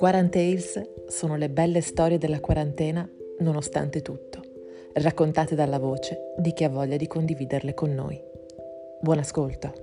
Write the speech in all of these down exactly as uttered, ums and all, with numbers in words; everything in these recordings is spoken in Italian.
Quarantales sono le belle storie della quarantena nonostante tutto, raccontate dalla voce di chi ha voglia di condividerle con noi. Buon ascolto!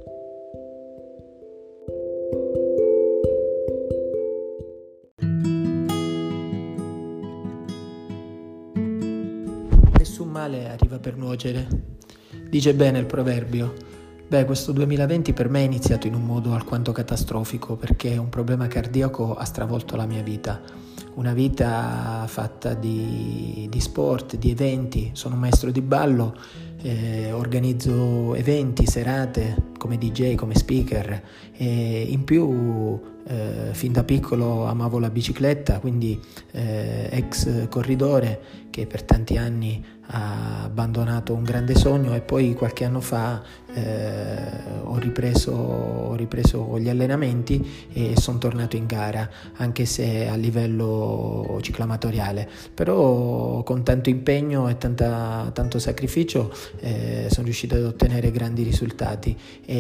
Nessun male arriva per nuocere. Dice bene il proverbio. Beh, questo duemilaventi per me è iniziato in un modo alquanto catastrofico perché un problema cardiaco ha stravolto la mia vita. Una vita fatta di, di sport, di eventi. Sono un maestro di ballo, eh, organizzo eventi, serate come D J, come speaker e in più eh, fin da piccolo amavo la bicicletta, quindi eh, ex corridore che per tanti anni ha abbandonato un grande sogno e poi qualche anno fa eh, ho, ripreso, ho ripreso gli allenamenti e sono tornato in gara, anche se a livello ciclamatoriale, però con tanto impegno e tanta, tanto sacrificio eh, sono riuscito ad ottenere grandi risultati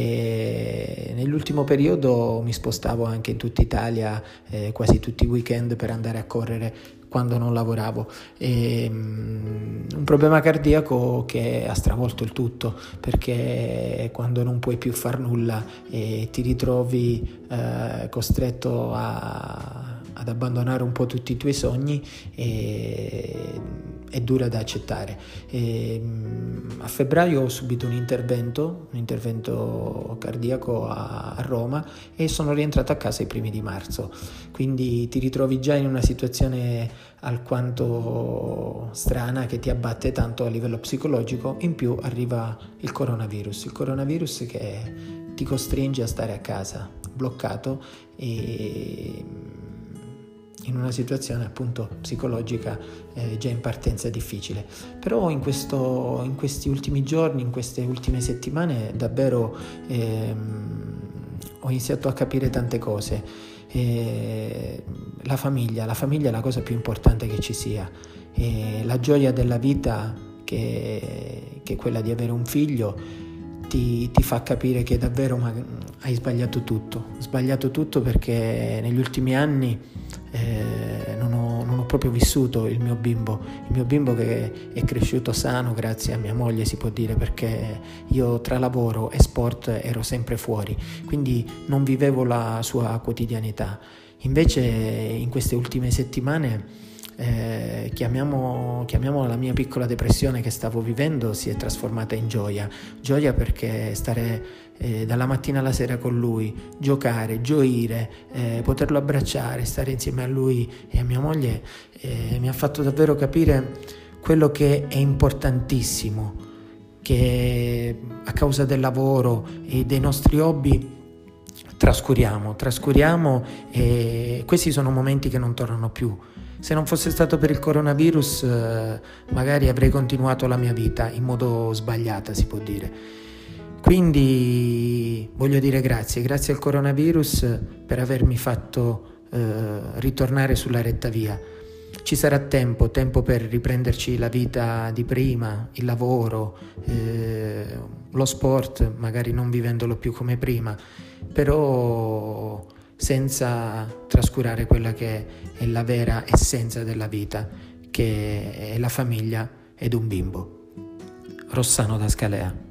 e nell'ultimo periodo mi spostavo anche in tutta Italia eh, quasi tutti i weekend per andare a correre quando non lavoravo. E, um, un problema cardiaco che ha stravolto il tutto, perché quando non puoi più far nulla e ti ritrovi eh, costretto a, ad abbandonare un po' tutti i tuoi sogni e, è dura da accettare. E, um, a febbraio ho subito un intervento, un intervento cardiaco a, a Roma e sono rientrato a casa i primi di marzo, quindi ti ritrovi già in una situazione alquanto strana che ti abbatte tanto a livello psicologico. In più arriva il coronavirus, il coronavirus che ti costringe a stare a casa bloccato e in una situazione appunto psicologica eh, già in partenza difficile. Però in, questo, in questi ultimi giorni, in queste ultime settimane davvero ehm, ho iniziato a capire tante cose. E la famiglia, la famiglia è la cosa più importante che ci sia, e la gioia della vita che, che è quella di avere un figlio ti, ti fa capire che davvero ma, hai sbagliato tutto, sbagliato tutto perché negli ultimi anni eh, non, ho, non ho proprio vissuto il mio bimbo, il mio bimbo che è cresciuto sano grazie a mia moglie, si può dire, perché io tra lavoro e sport ero sempre fuori, quindi non vivevo la sua quotidianità. Invece in queste ultime settimane Eh, chiamiamo, chiamiamola la mia piccola depressione che stavo vivendo si è trasformata in gioia, gioia perché stare eh, dalla mattina alla sera con lui, giocare, gioire, eh, poterlo abbracciare, stare insieme a lui e a mia moglie eh, mi ha fatto davvero capire quello che è importantissimo, che a causa del lavoro e dei nostri hobby trascuriamo, trascuriamo e questi sono momenti che non tornano più. Se non fosse stato per il coronavirus eh, magari avrei continuato la mia vita in modo sbagliata, si può dire. Quindi voglio dire grazie, grazie al coronavirus per avermi fatto eh, ritornare sulla retta via. Ci sarà tempo, tempo per riprenderci la vita di prima, il lavoro, eh, lo sport, magari non vivendolo più come prima, però senza trascurare quella che è la vera essenza della vita, che è la famiglia ed un bimbo. Rossano da Scalea.